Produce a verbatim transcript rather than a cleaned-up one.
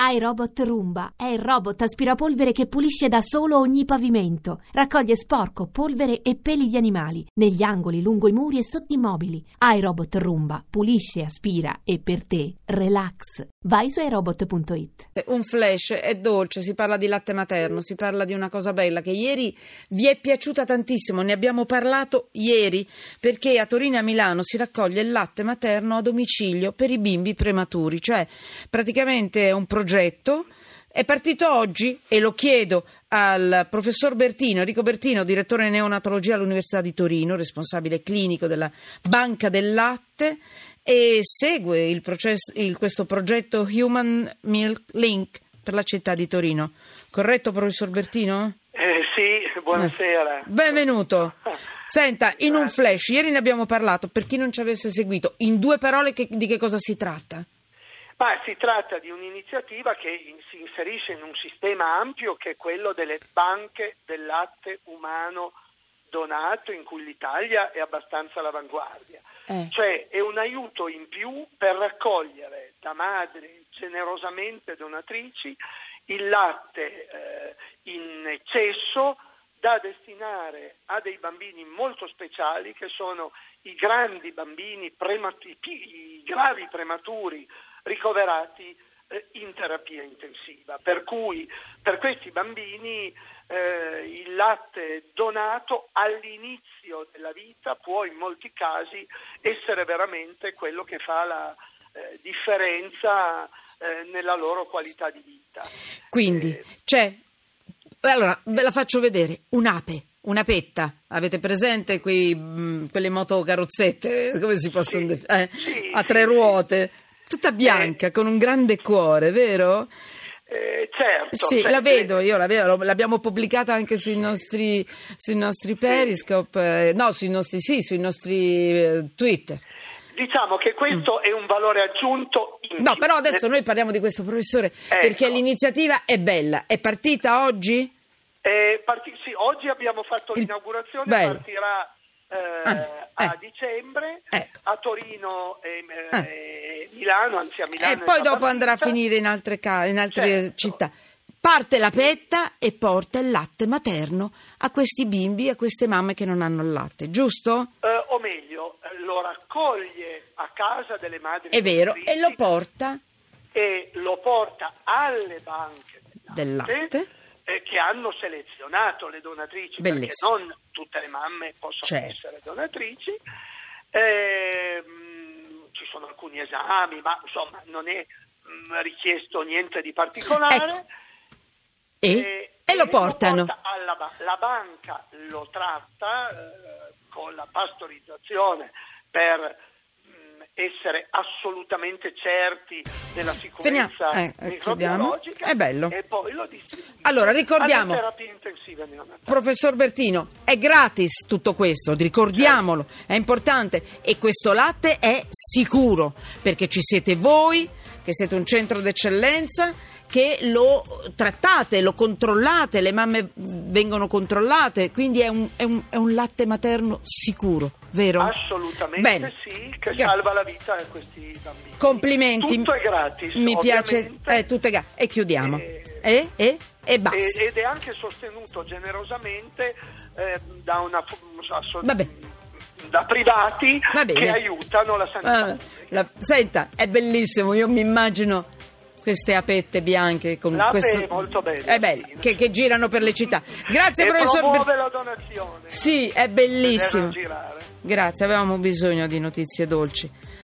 iRobot Roomba è il robot aspirapolvere che pulisce da solo ogni pavimento. Raccoglie sporco, polvere e peli di animali negli angoli, lungo i muri e sotto i mobili. iRobot Roomba pulisce, aspira e per te relax. Vai su iRobot punto it. Un flash, è dolce, si parla di latte materno, si parla di una cosa bella che ieri vi è piaciuta tantissimo, ne abbiamo parlato ieri, perché a Torino e a Milano si raccoglie il latte materno a domicilio per i bimbi prematuri, cioè praticamente è un progetto. È partito oggi e lo chiedo al professor Bertino, Enrico Bertino, direttore di neonatologia all'Università di Torino, responsabile clinico della Banca del Latte, e segue il processo, il, questo progetto Human Milk Link per la città di Torino. Corretto, professor Bertino? Eh, sì, buonasera. Eh, benvenuto. Senta, in un flash, ieri ne abbiamo parlato, per chi non ci avesse seguito, in due parole che, di che cosa si tratta? Ma si tratta di un'iniziativa che in, si inserisce in un sistema ampio che è quello delle banche del latte umano donato, in cui l'Italia è abbastanza all'avanguardia. Eh. Cioè è un aiuto in più per raccogliere da madri generosamente donatrici il latte eh, in eccesso da destinare a dei bambini molto speciali, che sono i grandi bambini prematuri, i gravi prematuri ricoverati eh, in terapia intensiva, per cui per questi bambini eh, il latte donato all'inizio della vita può in molti casi essere veramente quello che fa la eh, differenza eh, nella loro qualità di vita. Quindi eh, c'è, allora ve la faccio vedere, un'ape. Una petta, avete presente quei, mh, quelle motocarrozzette, come si possono sì, definire? Eh, sì, a tre sì, ruote, tutta bianca, eh, con un grande cuore, vero? Eh, certo. Sì, certo. la vedo, io la vedo, l'abbiamo pubblicata anche sui nostri, sui nostri Periscope, eh, no, sui nostri, sì, sui nostri eh, Twitter. Diciamo che questo mm. è un valore aggiunto in No, più. però adesso noi parliamo di questo, professore, ecco. perché l'iniziativa è bella, è partita oggi? Eh, parti- sì, oggi abbiamo fatto Il... l'inaugurazione, Bello. partirà eh, ah, a eh. dicembre, ecco. a Torino e ah. eh, Milano, anzi a Milano. E poi dopo andrà a finire in altre, ca- in altre certo. città. Parte la petta e porta il latte materno a questi bimbi, a queste mamme che non hanno il latte, giusto? Eh, o meglio, lo raccoglie a casa delle madri. È vero, e lo porta? E lo porta alle banche del latte. Del latte. Che hanno selezionato le donatrici, Bellissimo. perché non tutte le mamme possono certo. essere donatrici. Eh, ci sono alcuni esami, ma insomma non è mh, richiesto niente di particolare. Ecco. E? E, e lo portano? Lo porta alla ba- la banca lo tratta eh, con la pastorizzazione per essere assolutamente certi della sicurezza eh, microbiologica, è bello. E poi lo distribuisce. Allora ricordiamo, alla terapia intensiva neonatale. Professor Bertino, è gratis tutto questo, ricordiamolo, certo. È importante, e questo latte è sicuro, perché ci siete voi, che siete un centro d'eccellenza, che lo trattate, lo controllate, le mamme vengono controllate, quindi è un, è un, è un latte materno sicuro, vero? Assolutamente. Bene. Sì, che Gra- salva la vita a questi bambini. Complimenti. Tutto è gratis. Mi ovviamente. piace, eh, tutto è gratis. E chiudiamo. E, e, e, e basta. Ed è anche sostenuto generosamente eh, da una Vabbè. da privati che aiutano la sanità. Ah, la, senta, è bellissimo, io mi immagino queste apette bianche con L'ape questo... è molto bella, è bello, sì, che, che girano per le città. Grazie, e professor promuove Ber... la donazione. Sì, è bellissimo. Girare. Grazie, avevamo bisogno di notizie dolci.